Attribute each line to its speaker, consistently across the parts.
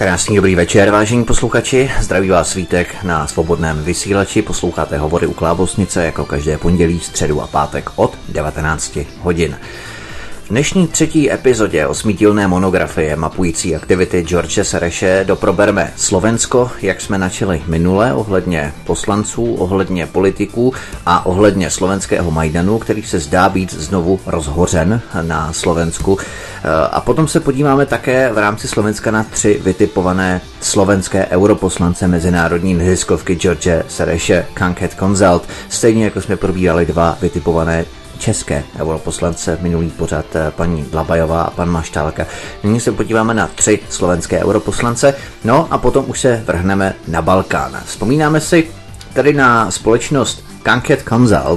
Speaker 1: Krásný dobrý večer, vážení posluchači. Zdraví vás Vítek na svobodném vysílači. Posloucháte Hovory u Klábosnice jako každé pondělí, středu a pátek od 19 hodin. V dnešní třetí epizodě osmidílné monografie mapující aktivity George Soreše doprobereme Slovensko, jak jsme načali minule, ohledně poslanců, ohledně politiků a ohledně slovenského Majdanu, který se zdá být znovu rozhořen na Slovensku. A potom se podíváme také v rámci Slovenska na 3 vytipované slovenské europoslance mezinárodní neziskovky George Soreše Kanket Consult, stejně jako jsme probírali 2 vytipované české europoslance, minulý pořad paní Dlabajová a pan Maštálka. Nyní se podíváme na 3 slovenské europoslance, no a potom už se vrhneme na Balkán. Vzpomínáme si tady na společnost Kanket Consult,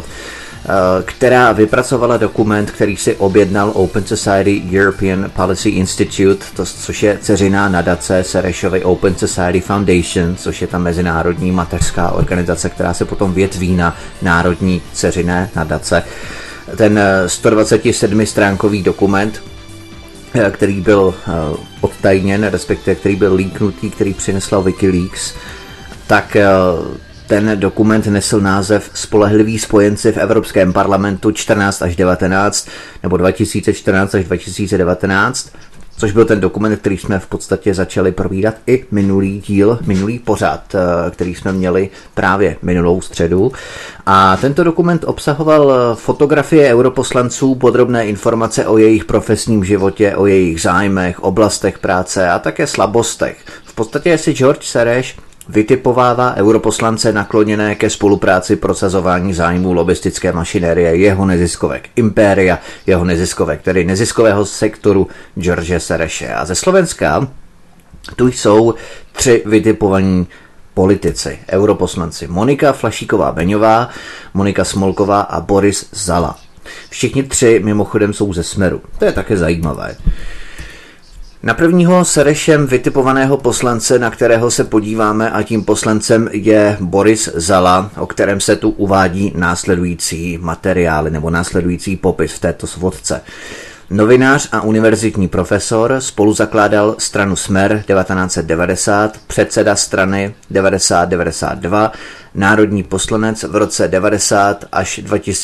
Speaker 1: která vypracovala dokument, který si objednal Open Society European Policy Institute, což je dceřiná nadace Sorešovy Open Society Foundation, což je ta mezinárodní mateřská organizace, která se potom větví na národní dceřiné nadace. Ten 127stránkový dokument, který byl odtajněn, respektive který byl líknutý, který přinesla Wikileaks, tak ten dokument nesl název Spolehliví spojenci v Evropském parlamentu 14 až 19 nebo 2014 až 2019, což byl ten dokument, který jsme v podstatě začali probírat i minulý pořad, který jsme měli právě minulou středu. A tento dokument obsahoval fotografie europoslanců, podrobné informace o jejich profesním životě, o jejich zájmech, oblastech práce a také slabostech. V podstatě si George Soreš vytipovává europoslance nakloněné ke spolupráci prosazování zájmů lobistické mašinérie jeho neziskovek, impéria jeho neziskovek, tedy neziskového sektoru George Soreše. A ze Slovenska tu jsou 3 vytipovaní politici, europoslanci: Monika Flašíková-Beňová, Monika Smolková a Boris Zala. Všichni 3 mimochodem jsou ze Smeru. To je také zajímavé. Na prvního Sorešem vytipovaného poslance, na kterého se podíváme, a tím poslancem je Boris Zala, o kterém se tu uvádí následující materiály nebo následující popis v této svodce. Novinář a univerzitní profesor, spoluzakládal stranu Smer 1990, předseda strany 90-92, národní poslanec v roce 90 až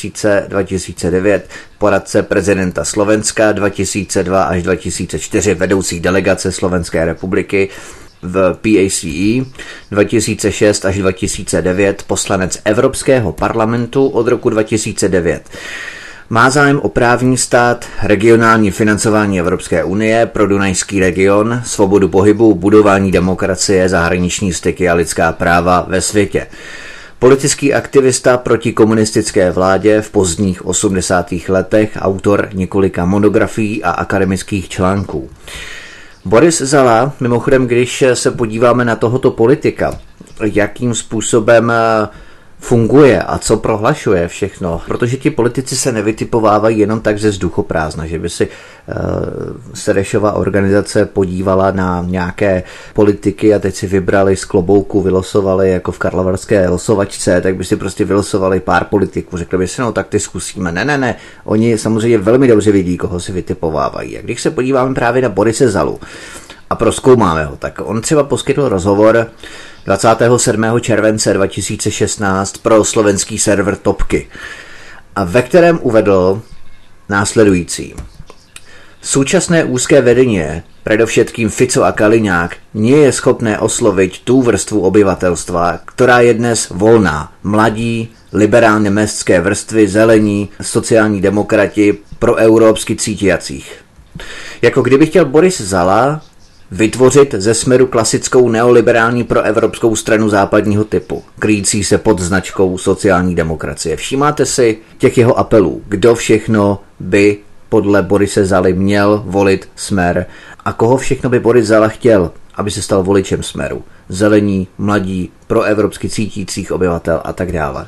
Speaker 1: 2009, poradce prezidenta Slovenska 2002 až 2004, vedoucí delegace Slovenské republiky v PACE 2006 až 2009, poslanec Evropského parlamentu od roku 2009. Má zájem o právní stát, regionální financování Evropské unie, pro Dunajský region, svobodu pohybu, budování demokracie, zahraniční styky a lidská práva ve světě. Politický aktivista proti komunistické vládě v pozdních 80. letech, autor několika monografií a akademických článků. Boris Zala, mimochodem, když se podíváme na tohoto politika, jakým způsobem funguje a co prohlašuje všechno, protože ti politici se nevytipovávají jenom tak ze vzduchoprázdna, že by si Sorešova organizace podívala na nějaké politiky a teď si vybrali z klobouku, vylosovali jako v karlovarské losovačce, tak by si prostě vylosovali pár politiků, řekli by si, no tak ty zkusíme. Ne, oni samozřejmě velmi dobře vědí, koho si vytipovávají. A když se podíváme právě na Borise Zalu a prozkoumáme ho, tak on třeba poskytl rozhovor 27. července 2016 pro slovenský server Topky, a ve kterém uvedl následující. Súčasné úzké vedenie, predovšetkým Fico a Kaliňák, nie je schopné osloviť tú vrstvu obyvatelstva, ktorá je dnes volná. Mladí, liberálne mestské vrstvy, zelení, sociální demokrati, proeurópsky cítiacích. Jako kdyby chtěl Boris Zala vytvořit ze Smeru klasickou neoliberální proevropskou stranu západního typu, kryjící se pod značkou sociální demokracie. Všímáte si těch jeho apelů, kdo všechno by podle Borise Zaly měl volit Smer a koho všechno by Boris Zala chtěl, aby se stal voličem Smeru. Zelení, mladí, proevropsky cítících obyvatel a tak dále.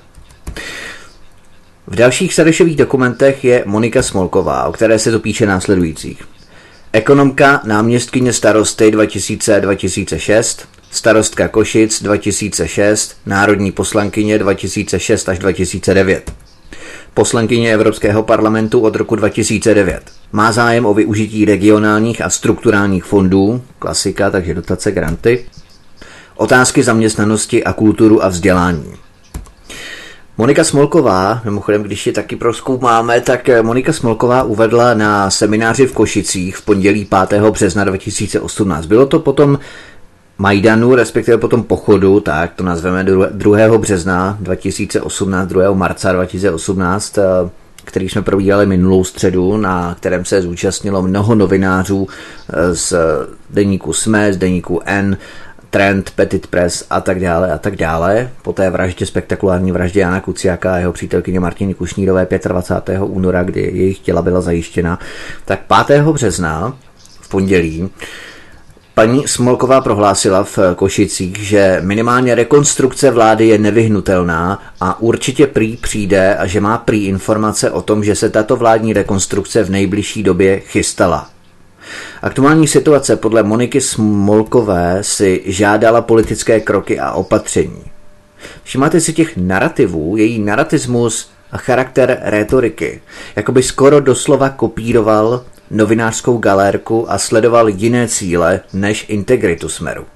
Speaker 1: V dalších Sorešových dokumentech je Monika Smolková, o které se to píše následujících. Ekonomka, náměstkyně starosty 2000-2006, starostka Košic 2006, národní poslankyně 2006 až 2009. poslankyně Evropského parlamentu od roku 2009. Má zájem o využití regionálních a strukturálních fondů, klasika, takže dotace, granty, otázky zaměstnanosti a kulturu a vzdělání. Monika Smolková, mimochodem, když je taky prozkoumáme, tak Monika Smolková uvedla na semináři v Košicích v pondělí 5. března 2018. Bylo to potom Majdanu, respektive potom pochodu, tak to nazveme 2. března 2018, 2. marca 2018, který jsme probíhali minulou středu, na kterém se zúčastnilo mnoho novinářů z deníku SME, z deníku N, Trend, Petit Press a tak dále. Po té vraždě, spektakulární vraždě Jana Kuciaka a jeho přítelkyně Martiny Kušnírové 25. února, kdy jejich těla byla zajištěna, tak 5. března v pondělí paní Smolková prohlásila v Košicích, že minimálně rekonstrukce vlády je nevyhnutelná a určitě prý přijde a že má prý informace o tom, že se tato vládní rekonstrukce v nejbližší době chystala. Aktuální situace podle Moniky Smolkové si žádala politické kroky a opatření. Všimáte si těch narrativů, její naratismus a charakter rétoriky, jakoby skoro doslova kopíroval novinářskou galérku a sledoval jiné cíle než integritu Smeru.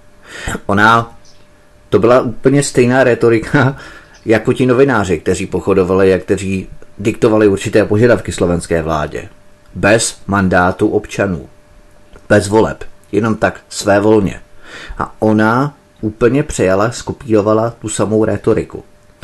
Speaker 1: To byla úplně stejná rétorika jako ti novináři, kteří pochodovali a kteří diktovali určité požadavky slovenské vládě. Bez mandátu občanů. Bez voleb. Jenom tak svévolně. A ona úplně přejala, skopírovala tu samou rétoriku.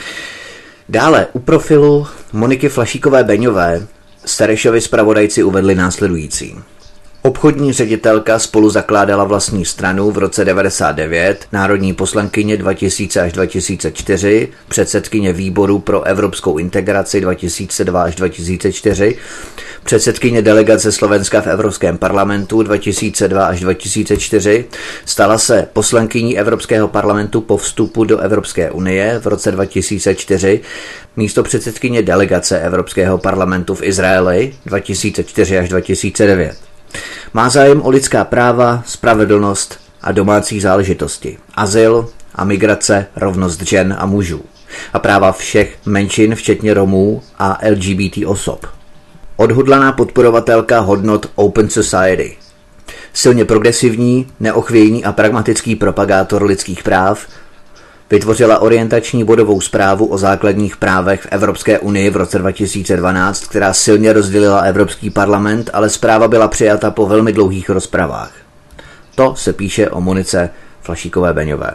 Speaker 1: Dále u profilu Moniky Flašíkové-Beňové Serešovi zpravodajci uvedli následující. Obchodní ředitelka spolu zakládala vlastní stranu v roce 1999, národní poslankyně 2000 až 2004, předsedkyně výboru pro evropskou integraci 2002 až 2004, předsedkyně delegace Slovenska v Evropském parlamentu 2002 až 2004, stala se poslankyní Evropského parlamentu po vstupu do Evropské unie v roce 2004, místo předsedkyně delegace Evropského parlamentu v Izraeli 2004 až 2009. Má zájem o lidská práva, spravedlnost a domácí záležitosti, azyl a migrace, rovnost žen a mužů a práva všech menšin, včetně Romů a LGBT osob. Odhodlaná podporovatelka hodnot Open Society. Silně progresivní, neochvějný a pragmatický propagátor lidských práv, vytvořila orientační bodovou zprávu o základních právech v Evropské unii v roce 2012, která silně rozdělila Evropský parlament, ale zpráva byla přijata po velmi dlouhých rozpravách. To se píše o Monice Flašíkové-Beňové.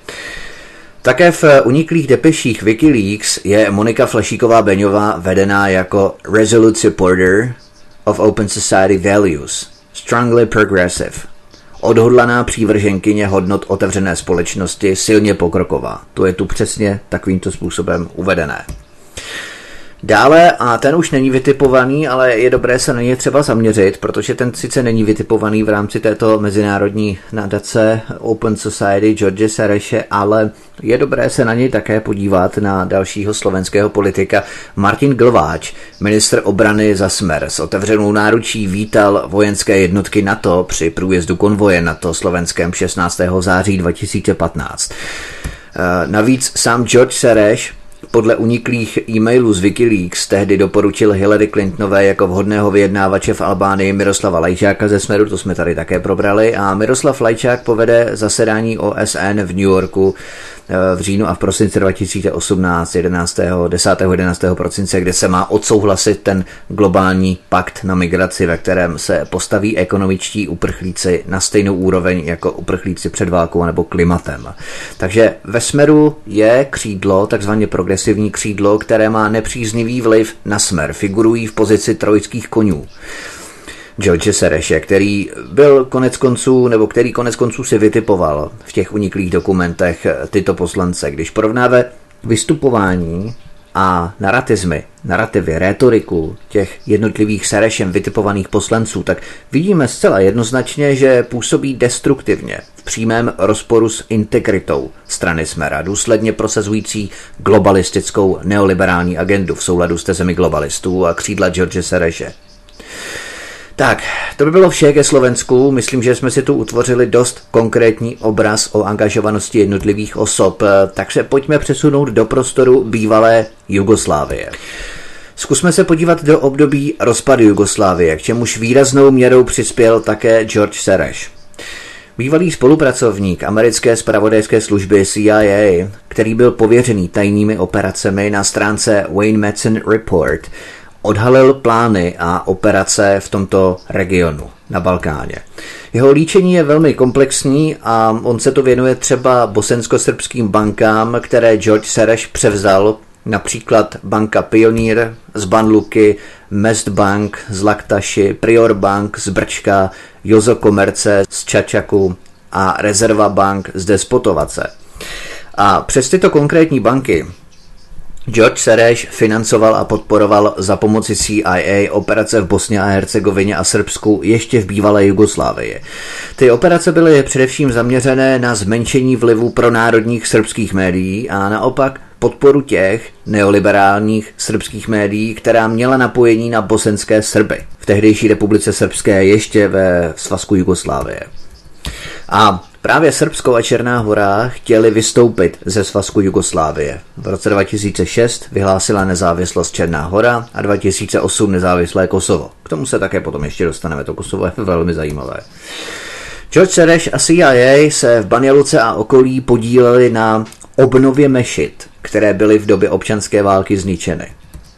Speaker 1: Také v uniklých depeších Wikileaks je Monika Flašíková-Beňová vedená jako resolute supporter of Open Society values, strongly progressive, odhodlaná přívrženkyně hodnot otevřené společnosti, silně pokroková. To je tu přesně takovýmto způsobem uvedené. Dále, a ten už není vytipovaný, ale je dobré se na něj třeba zaměřit, protože ten sice není vytipovaný v rámci této mezinárodní nadace Open Society George Sereše, ale je dobré se na něj také podívat na dalšího slovenského politika. Martin Glváč, ministr obrany za Smer, s otevřenou náručí vítal vojenské jednotky NATO při průjezdu konvoje NATO Slovenskem 16. září 2015. Navíc sám George Sereš podle uniklých e-mailů z Wikileaks tehdy doporučil Hillary Clintonové jako vhodného vyjednávače v Albánii Miroslava Lajčáka ze Smeru, to jsme tady také probrali, a Miroslav Lajčák povede zasedání OSN v New Yorku v říjnu a v prosinci 2018, 10. 11. prosince, kde se má odsouhlasit ten globální pakt na migraci, ve kterém se postaví ekonomičtí uprchlíci na stejnou úroveň jako uprchlíci před válkou nebo klimatem. Takže ve Smeru je křídlo, takzvaně progresivní křídlo, které má nepříznivý vliv na Smer. Figurují v pozici trojských konňů. George Sereše, který konec konců si vytipoval v těch uniklých dokumentech tyto poslance, když porovnáme vystupování a narrativy, rétoriku těch jednotlivých Serešem vytipovaných poslanců, tak vidíme zcela jednoznačně, že působí destruktivně v přímém rozporu s integritou strany Smera, důsledně prosazující globalistickou neoliberální agendu v souladu s tezemi globalistů a křídla George Sereše. Tak, to by bylo vše ke Slovensku. Myslím, že jsme si tu utvořili dost konkrétní obraz o angažovanosti jednotlivých osob, takže pojďme přesunout do prostoru bývalé Jugoslávie. Zkusme se podívat do období rozpadu Jugoslávie, k čemuž výraznou měrou přispěl také George Soros. Bývalý spolupracovník americké zpravodajské služby CIA, který byl pověřený tajnými operacemi, na stránce Wayne Madsen Report odhalil plány a operace v tomto regionu na Balkáně. Jeho líčení je velmi komplexní a on se to věnuje třeba bosensko-srbským bankám, které George Soros převzal, například banka Pioneer z Banluky, Mestbank z Laktaši, Prior Bank z Brčka, Jozo Komerce z Čačaku a Rezerva Bank z Despotovace. A přes tyto konkrétní banky George Soros financoval a podporoval za pomoci CIA operace v Bosně a Hercegovině a Srbsku ještě v bývalé Jugoslávii. Ty operace byly především zaměřené na zmenšení vlivu pronárodních srbských médií a naopak podporu těch neoliberálních srbských médií, která měla napojení na bosenské Srby v tehdejší republice srbské ještě ve svazku Jugoslávie. A právě Srbsko a Černá Hora chtěli vystoupit ze svazku Jugoslávie. V roce 2006 vyhlásila nezávislost Černá Hora a 2008 nezávislé Kosovo. K tomu se také potom ještě dostaneme, to Kosovo je velmi zajímavé. George Soros a CIA se v Banja Luce a okolí podíleli na obnově mešit, které byly v době občanské války zničeny.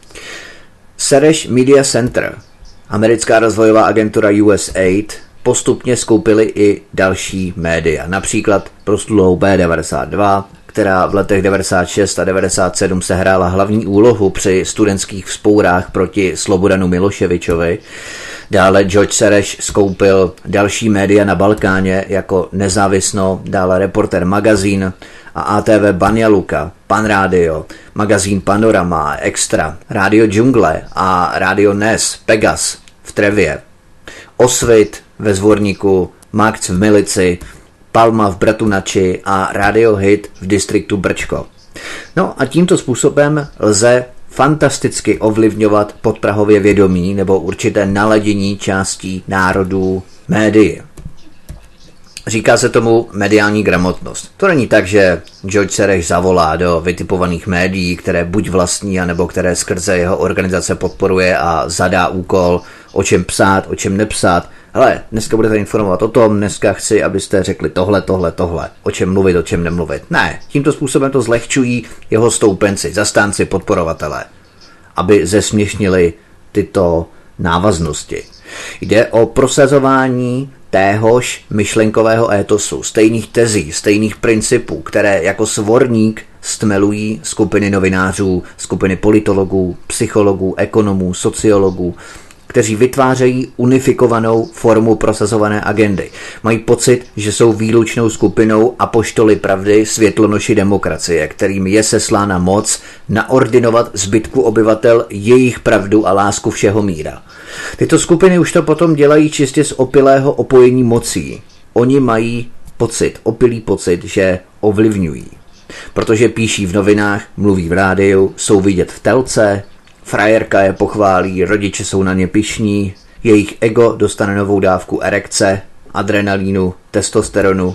Speaker 1: Soros Media Center, americká rozvojová agentura USAID, postupně skoupili i další média, například proslulou B92, která v letech 96 a 97 sehrála hlavní úlohu při studentských vzpourách proti Slobodanu Miloševičovi. Dále George Soros skoupil další média na Balkáně jako Nezávisno, dále Reporter magazín a ATV Banja Luka, Pan Radio, magazín Panorama, Extra, Radio Džungle a Radio Nes, Pegas v Trevě, Osvit ve Zvorníku, Makc v Milici, Palma v Bratunači a Radio Hit v distriktu Brčko. No a tímto způsobem lze fantasticky ovlivňovat podprahově vědomí nebo určité naladění částí národů médií. Říká se tomu mediální gramotnost. To není tak, že George Soros zavolá do vytipovaných médií, které buď vlastní, anebo které skrze jeho organizace podporuje a zadá úkol, o čem psát, o čem nepsát. Hele, dneska budete informovat o tom, dneska chci, abyste řekli tohle, o čem mluvit, o čem nemluvit. Ne, tímto způsobem to zlehčují jeho stoupenci, zastánci, podporovatelé, aby zesměšnili tyto návaznosti. Jde o prosazování téhož myšlenkového étosu, stejných tezí, stejných principů, které jako svorník stmelují skupiny novinářů, skupiny politologů, psychologů, ekonomů, sociologů, kteří vytvářejí unifikovanou formu prosazované agendy. Mají pocit, že jsou výlučnou skupinou apoštoly pravdy, světlonoši demokracie, kterým je seslána moc naordinovat zbytku obyvatel jejich pravdu a lásku všeho míra. Tyto skupiny už to potom dělají čistě z opilého opojení mocí. Oni mají opilý pocit, že ovlivňují. Protože píší v novinách, mluví v rádiu, jsou vidět v telce, frajerka je pochválí, rodiče jsou na ně pyšní, jejich ego dostane novou dávku erekce, adrenalínu, testosteronu.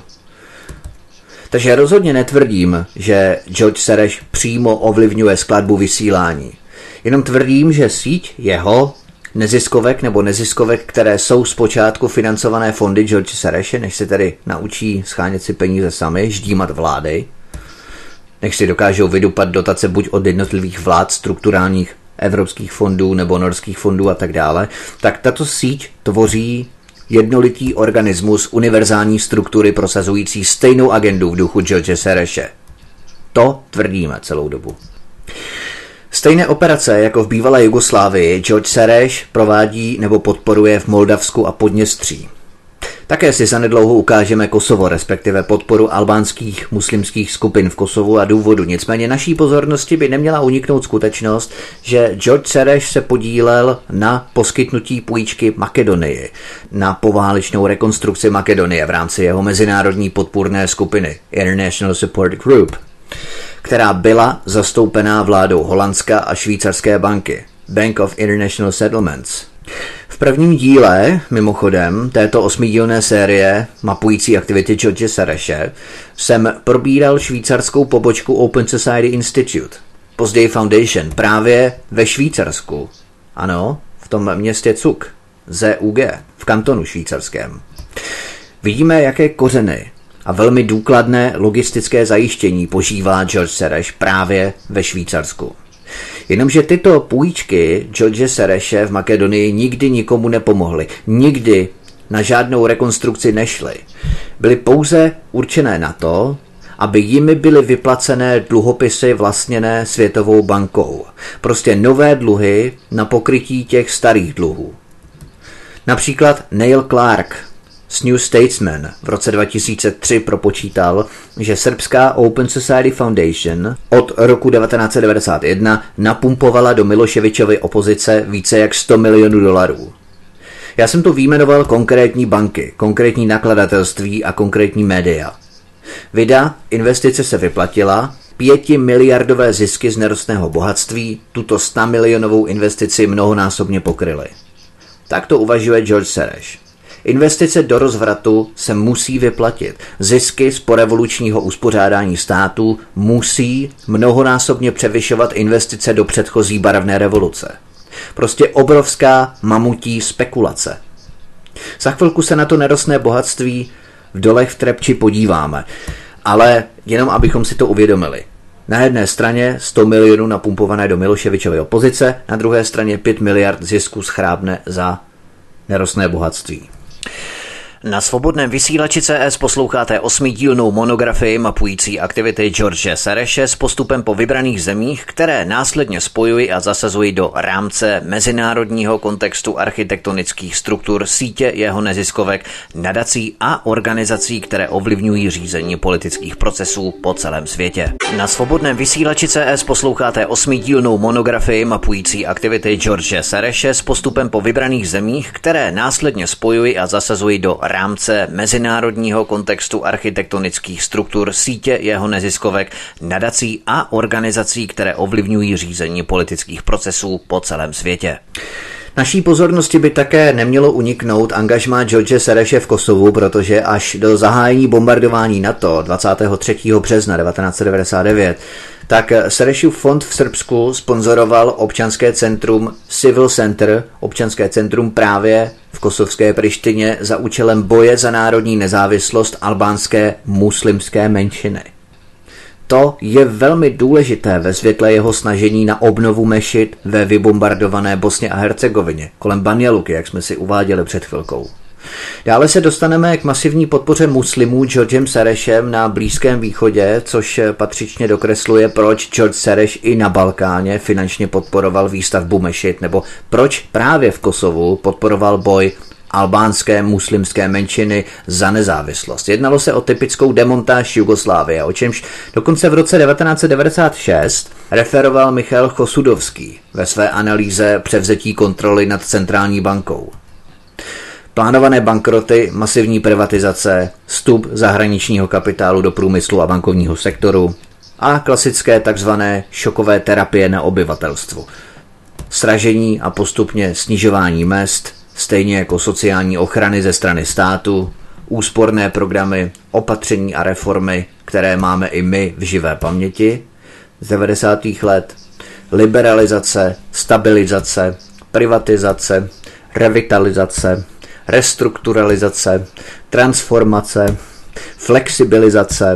Speaker 1: Takže rozhodně netvrdím, že George Soros přímo ovlivňuje skladbu vysílání. Jenom tvrdím, že síť jeho neziskovek nebo neziskovek, které jsou zpočátku financované fondy George Sorose, než se tedy naučí schánět si peníze sami, ždímat vlády, než si dokážou vydupat dotace buď od jednotlivých vlád, strukturálních evropských fondů nebo norských fondů a tak dále, tak tato síť tvoří jednolitý organismus univerzální struktury prosazující stejnou agendu v duchu George Sorose. To tvrdíme celou dobu. Stejné operace jako v bývalé Jugoslávii George Soros provádí nebo podporuje v Moldavsku a Podněstří. Také si zanedlouho ukážeme Kosovo, respektive podporu albánských muslimských skupin v Kosovu a důvodu. Nicméně naší pozornosti by neměla uniknout skutečnost, že George Soros se podílel na poskytnutí půjčky Makedonii, na poválečnou rekonstrukci Makedonie v rámci jeho mezinárodní podpůrné skupiny International Support Group, která byla zastoupená vládou Holandska a švýcarské banky Bank of International Settlements. V prvním díle, mimochodem, této 8dílné série mapující aktivity George Sorose jsem probíral švýcarskou pobočku Open Society Institute. později Foundation, právě ve Švýcarsku. Ano, v tom městě Zug, ZUG, v kantonu švýcarském. Vidíme, jaké kořeny a velmi důkladné logistické zajištění požívá George Soros právě ve Švýcarsku. Jenomže tyto půjčky George Soroše v Makedonii nikdy nikomu nepomohly. Nikdy na žádnou rekonstrukci nešly. Byly pouze určené na to, aby jimi byly vyplacené dluhopisy vlastněné Světovou bankou. Prostě nové dluhy na pokrytí těch starých dluhů. Například Neil Clark z New Statesman v roce 2003 propočítal, že srbská Open Society Foundation od roku 1991 napumpovala do Miloševičovy opozice více jak $100 milionů. Já jsem tu vyjmenoval konkrétní banky, konkrétní nakladatelství a konkrétní média. Vida, investice se vyplatila, 5miliardové zisky z nerostného bohatství tuto 100 milionovou investici mnohonásobně pokryly. Tak to uvažuje George Soros. Investice do rozvratu se musí vyplatit. Zisky z porevolučního uspořádání států musí mnohonásobně převyšovat investice do předchozí barevné revoluce. Prostě obrovská mamutí spekulace. Za chvilku se na to nerostné bohatství v dolech v Trepči podíváme, ale jenom abychom si to uvědomili. Na jedné straně 100 milionů napumpované do Miloševičovy opozice, na druhé straně 5 miliard zisku schrábne za nerostné bohatství. Na svobodném vysílači CS posloucháte 8dílnou monografii mapující aktivity George Sorose s postupem po vybraných zemích, které následně spojují a zasazují do rámce mezinárodního kontextu architektonických struktur sítě jeho neziskovek, nadací a organizací, které ovlivňují řízení politických procesů po celém světě. Na svobodném vysílači CS posloucháte 8dílnou monografii mapující aktivity George Sorose s postupem po vybraných zemích, které následně spojují a zasazují do rámce mezinárodního kontextu architektonických struktur sítě jeho neziskovek, nadací a organizací, které ovlivňují řízení politických procesů po celém světě. Naší pozornosti by také nemělo uniknout angažmá George Sorose v Kosovu, protože až do zahájení bombardování NATO 23. března 1999 tak Sorosův fond v Srbsku sponzoroval občanské centrum Civil Center, občanské centrum právě v kosovské Prištině za účelem boje za národní nezávislost albánské muslimské menšiny. To je velmi důležité ve světle jeho snažení na obnovu mešit ve vybombardované Bosně a Hercegovině, kolem Banja Luky, jak jsme si uváděli před chvilkou. Dále se dostaneme k masivní podpoře muslimů Georgem Sorosem na Blízkém východě, což patřičně dokresluje, proč George Soros i na Balkáně finančně podporoval výstavbu mešit, nebo proč právě v Kosovu podporoval boj albánské muslimské menšiny za nezávislost. Jednalo se o typickou demontáž Jugoslávie, o čemž dokonce v roce 1996 referoval Michal Chosudovský ve své analýze převzetí kontroly nad centrální bankou. Plánované bankroty, masivní privatizace, vstup zahraničního kapitálu do průmyslu a bankovního sektoru a klasické takzvané šokové terapie na obyvatelstvu. Sražení a postupně snižování mezd, stejně jako sociální ochrany ze strany státu, úsporné programy, opatření a reformy, které máme i my v živé paměti z 90. let, liberalizace, stabilizace, privatizace, revitalizace, restrukturalizace, transformace, flexibilizace,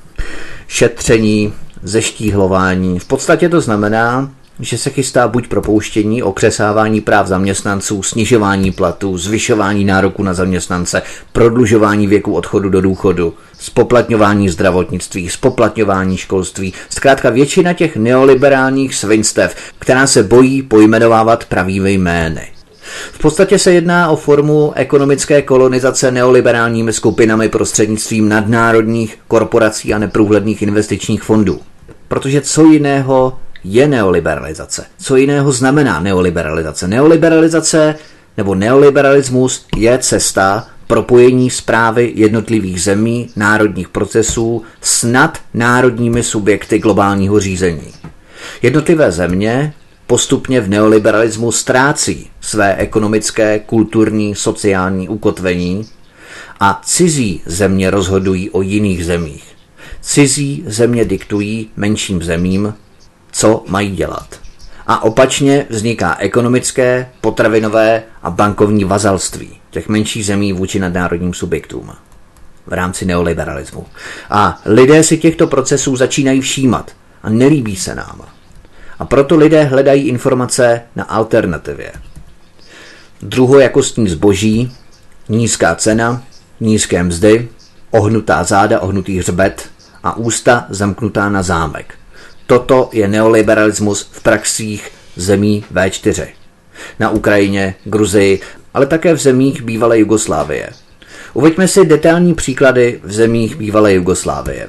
Speaker 1: šetření, zeštíhlování. V podstatě to znamená, že se chystá buď propouštění, okřesávání práv zaměstnanců, snižování platů, zvyšování nároku na zaměstnance, prodlužování věku odchodu do důchodu, spoplatňování zdravotnictví, spoplatňování školství, zkrátka většina těch neoliberálních svinstev, která se bojí pojmenovávat pravými jmény. V podstatě se jedná o formu ekonomické kolonizace neoliberálními skupinami prostřednictvím nadnárodních korporací a neprůhledných investičních fondů. Protože co jiného je neoliberalizace? Co jiného znamená neoliberalizace? Neoliberalizace nebo neoliberalismus je cesta propojení správy jednotlivých zemí, národních procesů s nadnárodními subjekty globálního řízení. Jednotlivé země postupně v neoliberalismu ztrácí své ekonomické, kulturní, sociální ukotvení a cizí země rozhodují o jiných zemích. Cizí země diktují menším zemím, co mají dělat. A opačně vzniká ekonomické, potravinové a bankovní vazalství těch menších zemí vůči nadnárodním subjektům v rámci neoliberalismu. A lidé si těchto procesů začínají všímat a nelíbí se nám. A proto lidé hledají informace na alternativě. Druhojakostní zboží, nízká cena, nízké mzdy, ohnutá záda, ohnutý hřbet a ústa zamknutá na zámek. Toto je neoliberalismus v praxích zemí V4. Na Ukrajině, Gruzii, ale také v zemích bývalé Jugoslávie. Uveďme si detailní příklady v zemích bývalé Jugoslávie.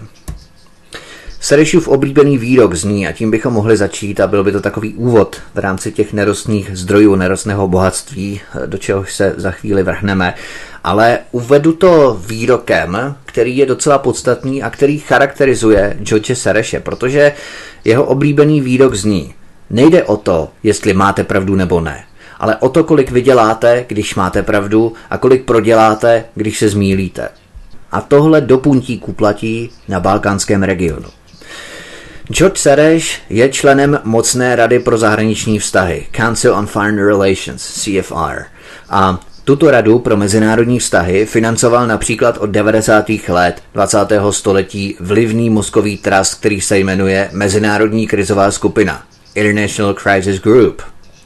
Speaker 1: Serešův oblíbený výrok zní, a tím bychom mohli začít, a byl by to takový úvod v rámci těch nerostných zdrojů, nerostného bohatství, do čehož se za chvíli vrhneme, ale uvedu to výrokem, který je docela podstatný a který charakterizuje George Sereše, protože jeho oblíbený výrok zní: nejde o to, jestli máte pravdu nebo ne, ale o to, kolik vyděláte, když máte pravdu, a kolik proděláte, když se zmýlíte. A tohle do puntíku platí na balkánském regionu. George Sereš je členem Mocné rady pro zahraniční vztahy, Council on Foreign Relations, CFR, a tuto radu pro mezinárodní vztahy financoval například od 90. let 20. století vlivný mozkový trust, který se jmenuje Mezinárodní krizová skupina, International Crisis Group.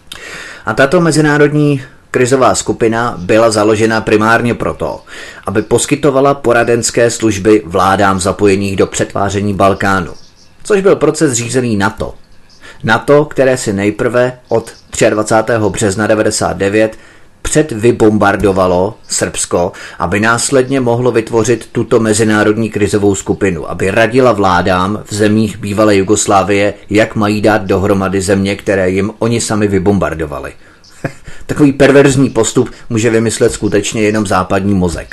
Speaker 1: A tato mezinárodní krizová skupina byla založena primárně proto, aby poskytovala poradenské služby vládám zapojených do přetváření Balkánu, což byl proces řízený NATO. NATO, které si nejprve od 23. března 1999 předvybombardovalo Srbsko, aby následně mohlo vytvořit tuto mezinárodní krizovou skupinu, aby radila vládám v zemích bývalé Jugoslávie, jak mají dát dohromady země, které jim oni sami vybombardovali. Takový perverzní postup může vymyslet skutečně jenom západní mozek.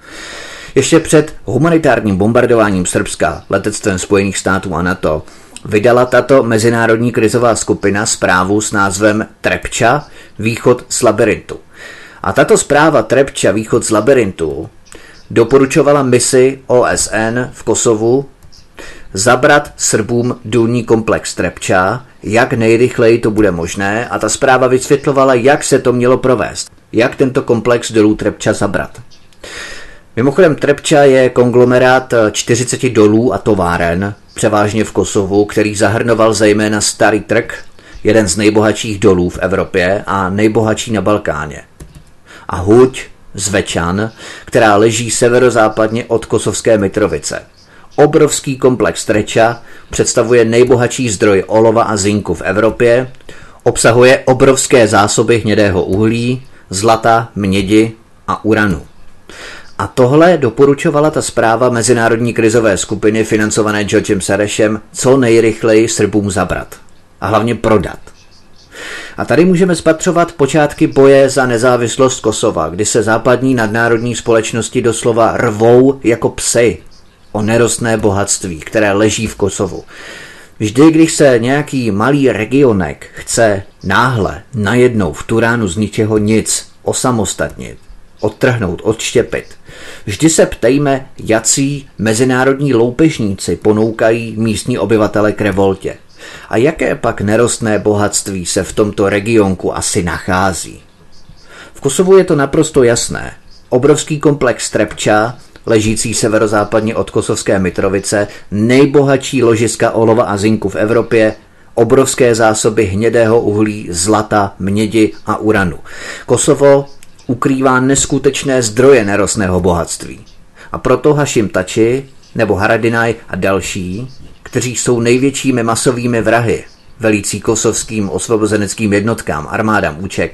Speaker 1: Ještě před humanitárním bombardováním Srbska letectvem Spojených států a NATO vydala tato mezinárodní krizová skupina zprávu s názvem Trepča – Východ z labyrintu. A tato zpráva Trepča – Východ z labyrintu doporučovala misi OSN v Kosovu zabrat Srbům důlní komplex Trepča, jak nejrychleji to bude možné, a ta zpráva vysvětlovala, jak se to mělo provést, jak tento komplex dolů Trepča zabrat. Mimochodem Trepča je konglomerát 40 dolů a továren, převážně v Kosovu, který zahrnoval zejména Starý Trg, jeden z nejbohatších dolů v Evropě a nejbohatší na Balkáně. A Huť, Zvečan, která leží severozápadně od kosovské Mitrovice. Obrovský komplex Treča představuje nejbohatší zdroj olova a zinku v Evropě, obsahuje obrovské zásoby hnědého uhlí, zlata, mědi a uranu. A tohle doporučovala ta zpráva mezinárodní krizové skupiny financované Georgem Serešem co nejrychleji Srbům zabrat a hlavně prodat. A tady můžeme spatřovat počátky boje za nezávislost Kosova, kdy se západní nadnárodní společnosti doslova rvou jako psy o nerostné bohatství, které leží v Kosovu. Vždy, když se nějaký malý regionek chce náhle, najednou v Turánu z ničeho nic osamostatnit, odtrhnout, odštěpit, vždy se ptejme, jací mezinárodní loupežníci ponoukají místní obyvatele k revoltě. A jaké pak nerostné bohatství se v tomto regionku asi nachází? V Kosovu je to naprosto jasné. Obrovský komplex Trepča, ležící severozápadně od kosovské Mitrovice, nejbohatší ložiska olova a zinku v Evropě, obrovské zásoby hnědého uhlí, zlata, mědi a uranu. Kosovo ukrývá neskutečné zdroje nerostného bohatství. A proto Hašim Tači nebo Haradinaj a další, kteří jsou největšími masovými vrahy, velící kosovským osvobozeneckým jednotkám, armádám UČK,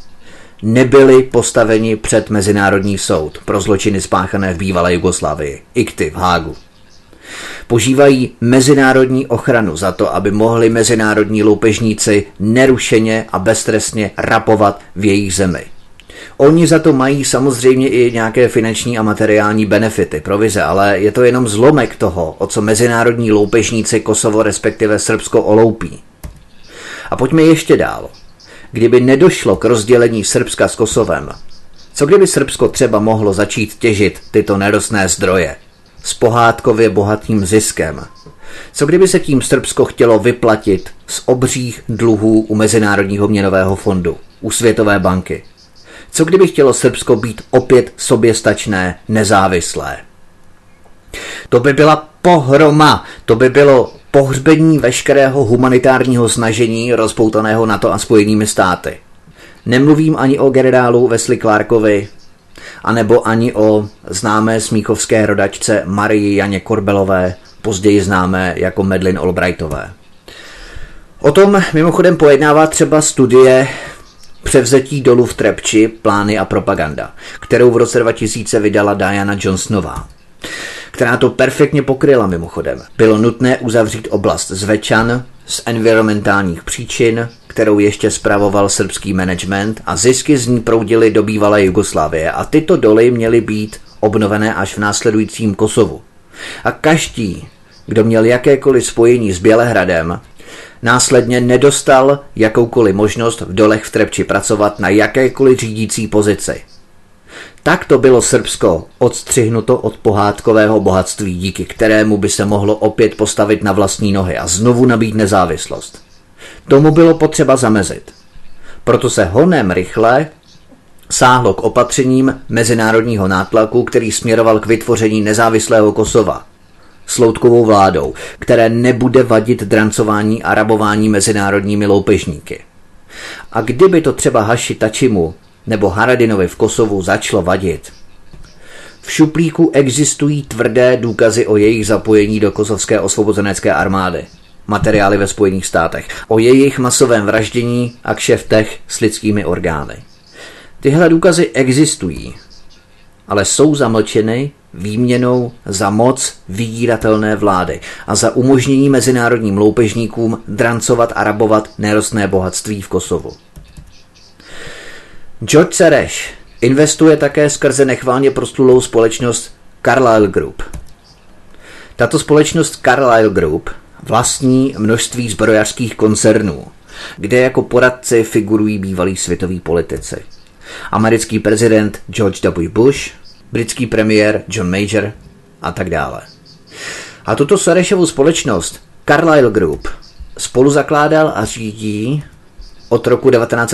Speaker 1: nebyli postaveni před Mezinárodní soud pro zločiny spáchané v bývalé Jugoslávii, ICTY v Hágu. Požívají mezinárodní ochranu za to, aby mohli mezinárodní loupežníci nerušeně a beztrestně rapovat v jejich zemi. Oni za to mají samozřejmě i nějaké finanční a materiální benefity, provize, ale je to jenom zlomek toho, o co mezinárodní loupežníci Kosovo respektive Srbsko oloupí. A pojďme ještě dál. Kdyby nedošlo k rozdělení Srbska s Kosovem, co kdyby Srbsko třeba mohlo začít těžit tyto nerostné zdroje s pohádkově bohatým ziskem? Co kdyby se tím Srbsko chtělo vyplatit z obřích dluhů u Mezinárodního měnového fondu, u Světové banky? Co kdyby chtělo Srbsko být opět soběstačné, nezávislé? To by byla pohroma, to by bylo pohřbení veškerého humanitárního snažení rozpoutaného NATO a Spojenými státy. Nemluvím ani o generálu Wesley Clarkovi, anebo ani o známé smíchovské rodačce Marii Janě Korbelové, později známé jako Madeleine Albrightové. O tom mimochodem pojednává třeba studie Převzetí dolu v Trepči, plány a propaganda, kterou v roce 2000 vydala Diana Johnsonová, která to perfektně pokryla mimochodem. Bylo nutné uzavřít oblast Zvečan z environmentálních příčin, kterou ještě spravoval srbský management, a zisky z ní proudily do bývalé Jugoslávie a tyto doly měly být obnovené až v následujícím Kosovu. A každý, kdo měl jakékoliv spojení s Bělehradem, následně nedostal jakoukoliv možnost v dolech v Trepči pracovat na jakékoliv řídící pozici. Tak to bylo Srbsko odstřihnuto od pohádkového bohatství, díky kterému by se mohlo opět postavit na vlastní nohy a znovu nabít nezávislost. Tomu bylo potřeba zamezit. Proto se honem rychle sáhlo k opatřením mezinárodního nátlaku, který směroval k vytvoření nezávislého Kosova s loutkovou vládou, které nebude vadit drancování a rabování mezinárodními loupežníky. A kdyby to třeba Haši Tačimu nebo Haradinovi v Kosovu začalo vadit, v šuplíku existují tvrdé důkazy o jejich zapojení do kosovské osvobozenecké armády, materiály ve Spojených státech, o jejich masovém vraždění a kšeftech s lidskými orgány. Tyhle důkazy existují, ale jsou zamlčeny výměnou za moc vydíratelné vlády a za umožnění mezinárodním loupežníkům drancovat a rabovat nerostné bohatství v Kosovu. George Soros investuje také skrze nechvalně proslulou společnost Carlyle Group. Tato společnost Carlyle Group vlastní množství zbrojařských koncernů, kde jako poradci figurují bývalí světoví politici. Americký prezident George W. Bush, britský premiér John Major a tak dále. A tuto Sorosovu společnost Carlyle Group spoluzakládal a řídí od roku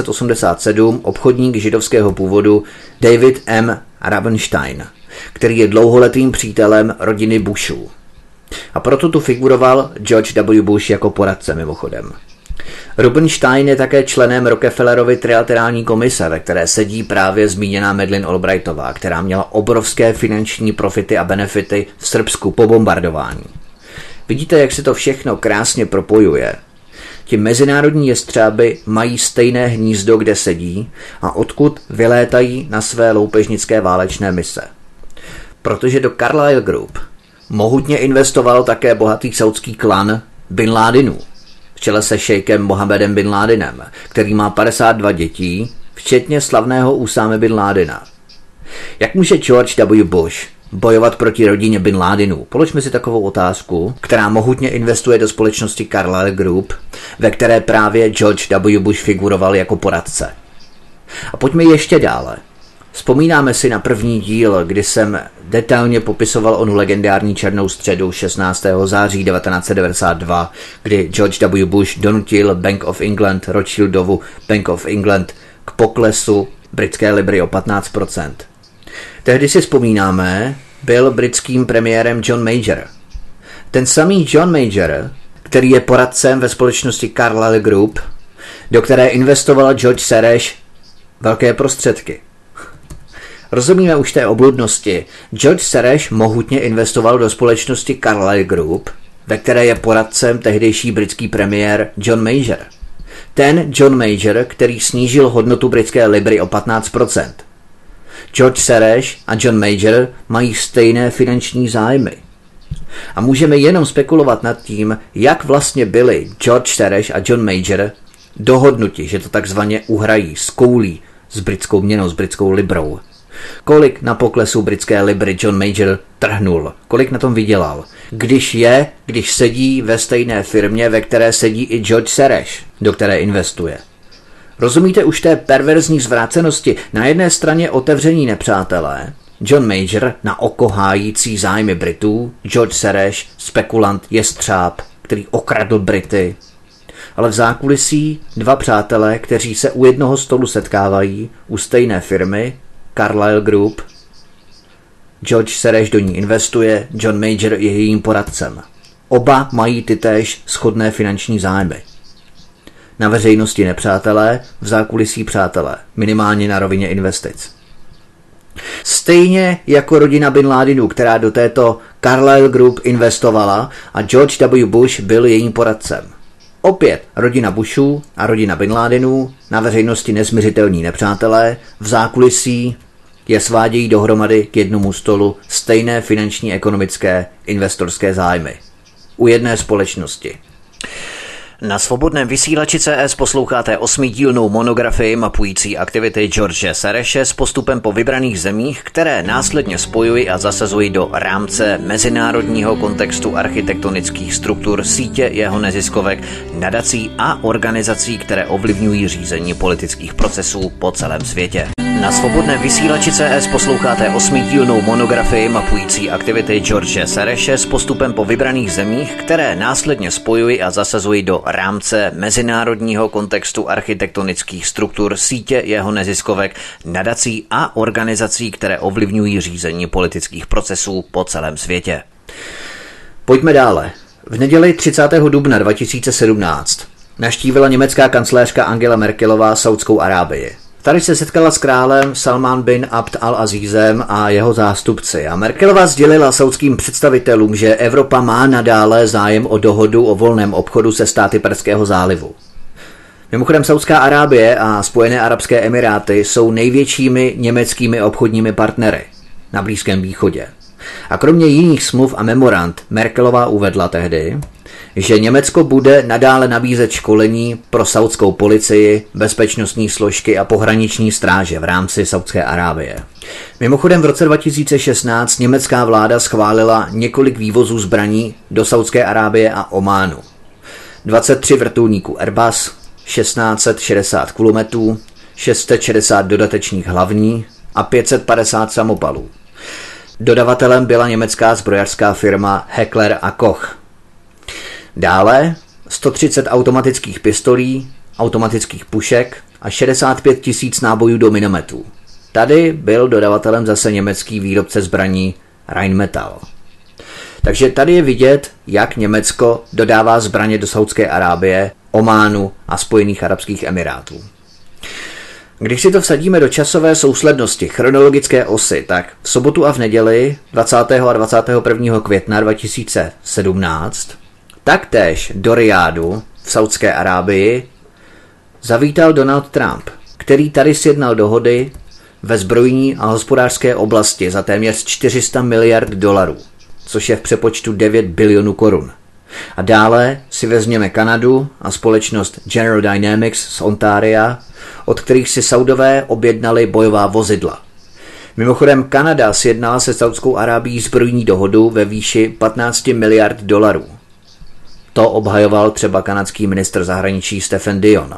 Speaker 1: 1987 obchodník židovského původu David M. Rubenstein, který je dlouholetým přítelem rodiny Bushů. A proto tu figuroval George W. Bush jako poradce mimochodem. Rubenstein je také členem Rockefellerovy trilaterální komise, ve které sedí právě zmíněná Madeleine Albrightová, která měla obrovské finanční profity a benefity v Srbsku po bombardování. Vidíte, jak se to všechno krásně propojuje. Ti mezinárodní jestřáby mají stejné hnízdo, kde sedí a odkud vylétají na své loupežnické válečné mise. Protože do Carlyle Group mohutně investoval také bohatý saudský klan Bin Ládinů, v čele se šejkem Mohamedem Bin Ládinem, který má 52 dětí, včetně slavného Usámy Bin Ládina. Jak může George W. Bush bojovat proti rodině Bin Ládinů? Položme si takovou otázku, která mohutně investuje do společnosti Carlyle Group, ve které právě George W. Bush figuroval jako poradce. A pojďme ještě dále. Vzpomínáme si na první díl, kdy jsem detailně popisoval onu legendární černou středu 16. září 1992, kdy George W. Bush donutil Bank of England, Rothschildovu Bank of England, k poklesu britské libry o 15%. Tehdy si vzpomínáme, byl britským premiérem John Major. Ten samý John Major, který je poradcem ve společnosti Carlyle Group, do které investovala George Soros velké prostředky. Rozumíme už té obludnosti. George Soros mohutně investoval do společnosti Carlyle Group, ve které je poradcem tehdejší britský premiér John Major. Ten John Major, který snížil hodnotu britské libry o 15%. George Soros a John Major mají stejné finanční zájmy. A můžeme jenom spekulovat nad tím, jak vlastně byli George Soros a John Major dohodnuti, že to takzvaně uhrají s koulí, s britskou měnou, s britskou librou. Kolik na poklesu britské libry John Major trhnul, kolik na tom vydělal, když sedí ve stejné firmě, ve které sedí i George Soros, do které investuje. Rozumíte už té perverzní zvrácenosti? Na jedné straně otevření nepřátelé, John Major na oko hájící zájmy Britů, George Soros, spekulant, jestřáb, který okradl Brity. Ale v zákulisí dva přátelé, kteří se u jednoho stolu setkávají, u stejné firmy, Carlyle Group. George Soros do ní investuje, John Major je jejím poradcem. Oba mají tytéž shodné finanční zájmy. Na veřejnosti nepřátelé, v zákulisí přátelé, minimálně na rovině investic. Stejně jako rodina Bin Ládinů, která do této Carlyle Group investovala a George W. Bush byl jejím poradcem. Opět rodina Bushů a rodina Bin Ládinů, na veřejnosti nesmiřitelní nepřátelé, v zákulisí je svádějí dohromady k jednomu stolu stejné finanční, ekonomické, investorské zájmy. U jedné společnosti. Na svobodném vysílači CS posloucháte 8dílnou monografii mapující aktivity George Sorose s postupem po vybraných zemích, které následně spojují a zasazují do rámce mezinárodního kontextu architektonických struktur sítě jeho neziskovek, nadací a organizací, které ovlivňují řízení politických procesů po celém světě. Na svobodném vysílači CS posloucháte 8dílnou monografii mapující aktivity George Sorose s postupem po vybraných zemích, které následně spojují a zasazují do rámce mezinárodního kontextu architektonických struktur sítě jeho neziskovek, nadací a organizací, které ovlivňují řízení politických procesů po celém světě. Pojďme dále. V neděli 30. dubna 2017 navštívila německá kancléřka Angela Merkelová Saudskou Arábii. Tady se setkala s králem Salman bin Abd al-Azízem a jeho zástupci a Merkelová sdělila saudským představitelům, že Evropa má nadále zájem o dohodu o volném obchodu se státy Perského zálivu. Mimochodem Saudská Arábie a Spojené arabské emiráty jsou největšími německými obchodními partnery na Blízkém východě. A kromě jiných smluv a memorand Merkelová uvedla tehdy, že Německo bude nadále nabízet školení pro saudskou policii, bezpečnostní složky a pohraniční stráže v rámci Saudské Arábie. Mimochodem v roce 2016 německá vláda schválila několik vývozů zbraní do Saudské Arábie a Ománu. 23 vrtulníků Airbus, 1660 kulometů, 660 dodatečných hlavní a 550 samopalů. Dodavatelem byla německá zbrojařská firma Heckler & Koch. Dále 130 automatických pistolí, automatických pušek a 65 000 nábojů do minometů. Tady byl dodavatelem zase německý výrobce zbraní Rheinmetall. Takže tady je vidět, jak Německo dodává zbraně do Saudské Arábie, Ománu a Spojených arabských emirátů. Když si to vsadíme do časové souslednosti, chronologické osy, tak v sobotu a v neděli 20. a 21. května 2017 taktéž do Rijádu v Saudské Arábii zavítal Donald Trump, který tady sjednal dohody ve zbrojní a hospodářské oblasti za téměř 400 miliard dolarů, což je v přepočtu 9 bilionů korun. A dále si vezměme Kanadu a společnost General Dynamics z Ontaria, od kterých si Saudové objednali bojová vozidla. Mimochodem Kanada sjednala se Saudskou Arábií zbrojní dohodu ve výši 15 miliard dolarů. To obhajoval třeba kanadský ministr zahraničí Stephen Dion.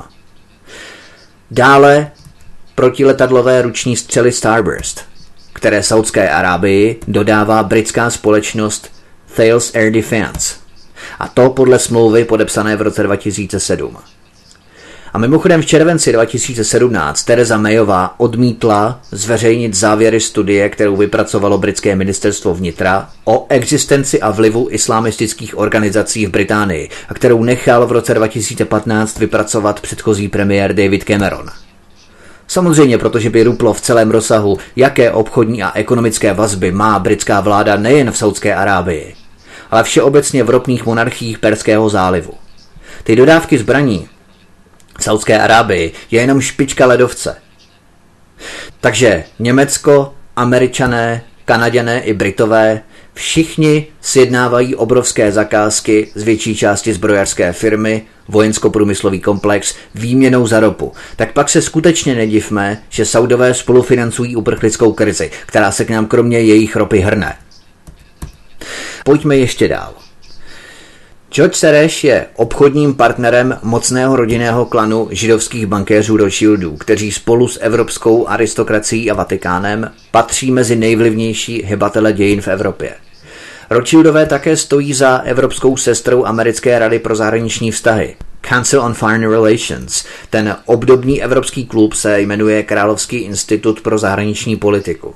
Speaker 1: Dále protiletadlové ruční střely Starburst, které Saudské Arábii dodává britská společnost Thales Air Defence. A to podle smlouvy podepsané v roce 2007. A mimochodem v červenci 2017 Theresa Mayová odmítla zveřejnit závěry studie, kterou vypracovalo britské ministerstvo vnitra o existenci a vlivu islamistických organizací v Británii a kterou nechal v roce 2015 vypracovat předchozí premiér David Cameron. Samozřejmě, protože by ruplo v celém rozsahu, jaké obchodní a ekonomické vazby má britská vláda nejen v Saudské Arábii, ale všeobecně v ropných monarchiích Perského zálivu. Ty dodávky zbraní v Saudské Arábii je jenom špička ledovce. Takže Německo, Američané, Kanaďané i Britové všichni sjednávají obrovské zakázky z větší části zbrojařské firmy, vojensko-průmyslový komplex, výměnou za ropu. Tak pak se skutečně nedivme, že Saudové spolufinancují uprchlickou krizi, která se k nám kromě jejich ropy hrne. Pojďme ještě dál. George Soros je obchodním partnerem mocného rodinného klanu židovských bankéřů Rothschildů, kteří spolu s evropskou aristokracií a Vatikánem patří mezi nejvlivnější hybatele dějin v Evropě. Rothschildové také stojí za evropskou sestrou Americké rady pro zahraniční vztahy, Council on Foreign Relations. Ten obdobný evropský klub se jmenuje Královský institut pro zahraniční politiku.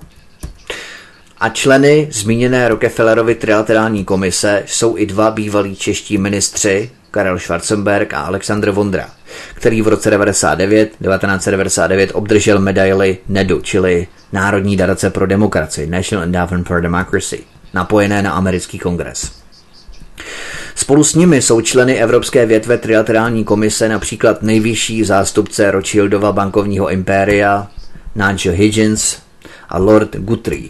Speaker 1: A členy zmíněné Rockefellerovy trilaterální komise jsou i dva bývalí čeští ministři, Karel Schwarzenberg a Alexandr Vondra, který v roce 1999 obdržel medaili NEDu, čili Národní nadace pro demokracii, National Endowment for Democracy, napojené na americký kongres. Spolu s nimi jsou členy Evropské větve trilaterální komise například nejvyšší zástupce Rothschildova bankovního impéria Nigel Higgins a Lord Guthrie.